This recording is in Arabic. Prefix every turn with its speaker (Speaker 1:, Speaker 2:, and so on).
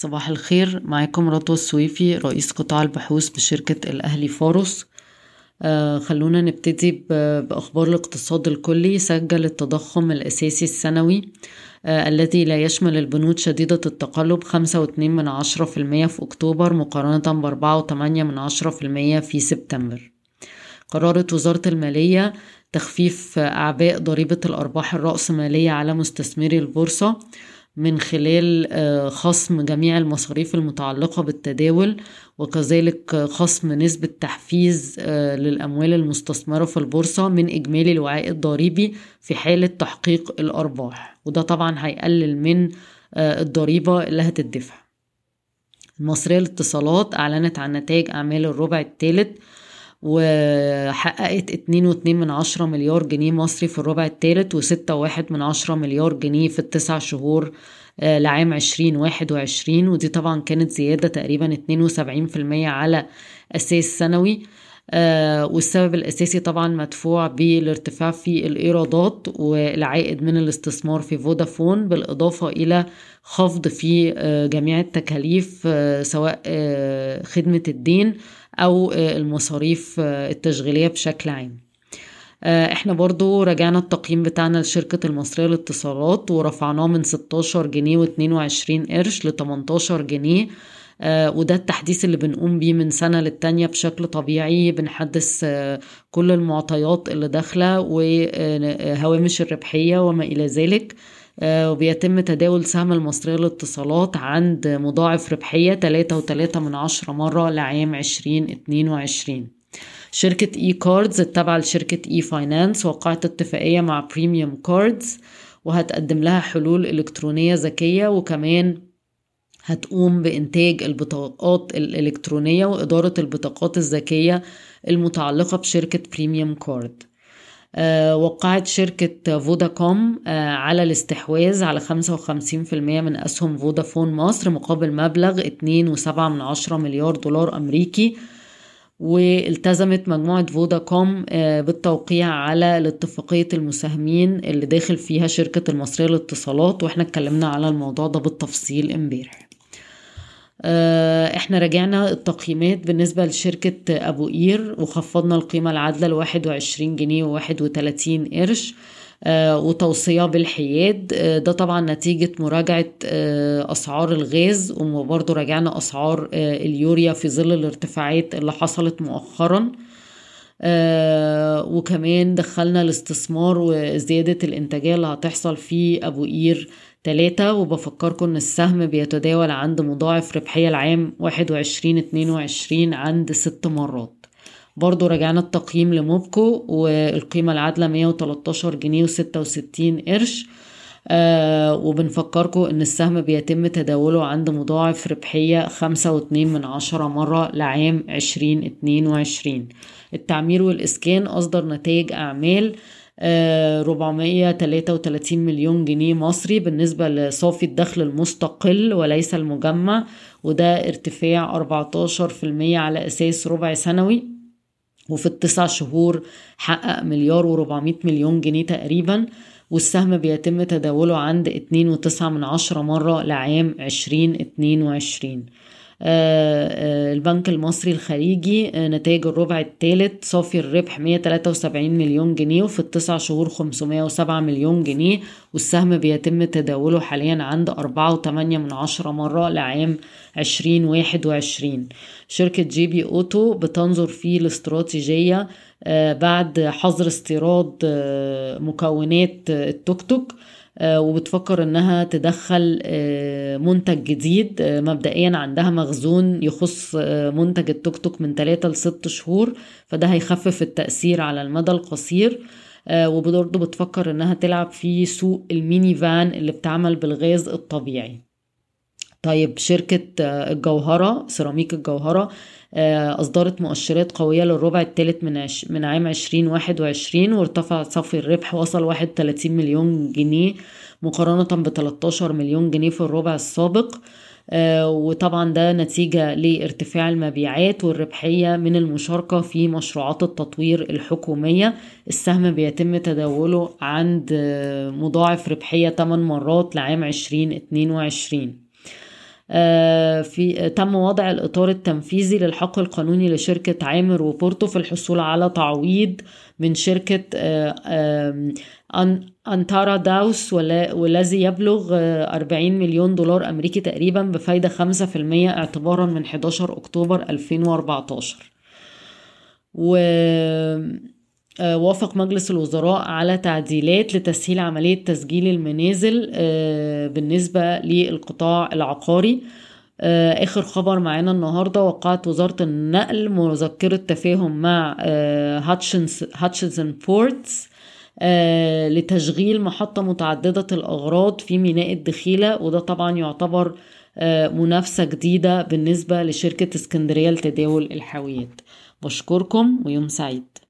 Speaker 1: صباح الخير، معاكم رضوى السويفي رئيس قطاع البحوث بشركة الأهلي فاروس. خلونا نبتدي بأخبار الاقتصاد الكلي. سجل التضخم الأساسي السنوي الذي لا يشمل البنود شديدة التقلب 5.2% في أكتوبر مقارنة ب4.8% في سبتمبر. قررت وزارة المالية تخفيف أعباء ضريبة الأرباح الرأسمالية على مستثمري البورصة من خلال خصم جميع المصاريف المتعلقة بالتداول، وكذلك خصم نسبة تحفيز للأموال المستثمرة في البورصة من إجمالي الوعاء الضريبي في حالة تحقيق الأرباح، وده طبعا هيقلل من الضريبة اللي هتدفع. المصرية للاتصالات أعلنت عن نتائج أعمال الربع الثالث وحققت 2.2 مليار جنيه مصري في الربع الثالث و6.1 مليار جنيه في ال9 شهور لعام 2021، ودي طبعا كانت زيادة تقريبا 72% على أساس سنوي. والسبب الأساسي طبعا مدفوع بالارتفاع في الإيرادات والعائد من الاستثمار في فودافون، بالإضافة إلى خفض في جميع التكاليف سواء خدمة الدين أو المصاريف التشغيلية بشكل عام. احنا برضو رجعنا التقييم بتاعنا لشركة المصرية للاتصالات ورفعناه من 16 جنيه و22 قرش ل 18 جنيه. وده التحديث اللي بنقوم بيه من سنة للتانية بشكل طبيعي، بنحدث كل المعطيات اللي داخلة وهوامش الربحية وما إلى ذلك. وبيتم تداول سهم المصرية للاتصالات عند مضاعف ربحية 3.3 مرة لعام 2022. شركة اي كاردز التابعة لشركة اي فاينانس وقعت اتفاقية مع بريميوم كاردز، وهتقدم لها حلول إلكترونية ذكية، وكمان هتقوم بإنتاج البطاقات الإلكترونية وإدارة البطاقات الذكية المتعلقة بشركة بريميوم كارد. وقعت شركة فوداكوم على الاستحواذ على 55% من أسهم فودافون مصر مقابل مبلغ 2.7 مليار دولار أمريكي. والتزمت مجموعة فوداكوم بالتوقيع على الاتفاقية المساهمين اللي داخل فيها شركة المصرية للاتصالات، واحنا اتكلمنا على الموضوع ده بالتفصيل امبارح. احنا رجعنا التقييمات بالنسبة لشركة أبو قير وخفضنا القيمة العادلة 21 جنيه و31 قرش وتوصية بالحياد. ده طبعا نتيجة مراجعة أسعار الغاز، وبرضو راجعنا أسعار اليوريا في ظل الارتفاعات اللي حصلت مؤخرا. وكمان دخلنا الاستثمار وزيادة الانتاجية اللي هتحصل في أبو قير 3. وبفكركم ان السهم بيتداول عند مضاعف ربحية العام 21-22 عند 6 مرات. برضو رجعنا التقييم لموبكو والقيمة العادلة 113 جنيه و66 قرش. وبنفكركم ان السهم بيتم تداوله عند مضاعف ربحية 5.2 مرة لعام 2022. التعمير والإسكان أصدر نتائج أعمال 433 مليون جنيه مصري بالنسبة لصافي الدخل المستقل وليس المجمع، وده ارتفاع 14% على أساس ربع سنوي، وفي ال9 شهور حقق 1.4 مليار جنيه تقريبا. والسهم بيتم تداوله عند 2.9 مرة لعام 2022. البنك المصري الخليجي نتائج الربع الثالث صافي الربح 173 مليون جنيه وفي ال9 شهور 507 مليون جنيه، والسهم بيتم تداوله حاليا عند 4.8 مرة لعام 2021. شركة جي بي أوتو بتنظر في الاستراتيجية بعد حظر استيراد مكونات التوك توك، وبتفكر انها تدخل منتج جديد. مبدئيا عندها مخزون يخص منتج التوك توك من 3 ل6 شهور، فده هيخفف التأثير على المدى القصير. وبرضه بتفكر انها تلعب في سوق الميني فان اللي بتعمل بالغاز الطبيعي. طيب شركة الجوهرة سيراميك الجوهرة أصدرت مؤشرات قوية للربع الثالث من عام 2021، وارتفع صافي الربح وصل 31 مليون جنيه مقارنة ب13 مليون جنيه في الربع السابق. وطبعا ده نتيجة لارتفاع المبيعات والربحية من المشاركة في مشروعات التطوير الحكومية. السهم بيتم تداوله عند مضاعف ربحية 8 مرات لعام 2022. تم وضع الإطار التنفيذي للحق القانوني لشركة عامر وبورتو في الحصول على تعويض من شركة أنتارا داوس، والذي يبلغ 40 مليون دولار أمريكي تقريبا بفايدة 5% اعتبارا من 11 أكتوبر 2014. ووافق مجلس الوزراء على تعديلات لتسهيل عملية تسجيل المنازل بالنسبة للقطاع العقاري. آخر خبر معانا النهاردة: وقعت وزارة النقل مذكرة تفاهم مع هاتشنسون فوردز لتشغيل محطة متعددة الأغراض في ميناء الدخيلة، وده طبعا يعتبر منافسة جديدة بالنسبة لشركة اسكندرية لتداول الحاويات. بشكركم ويوم سعيد.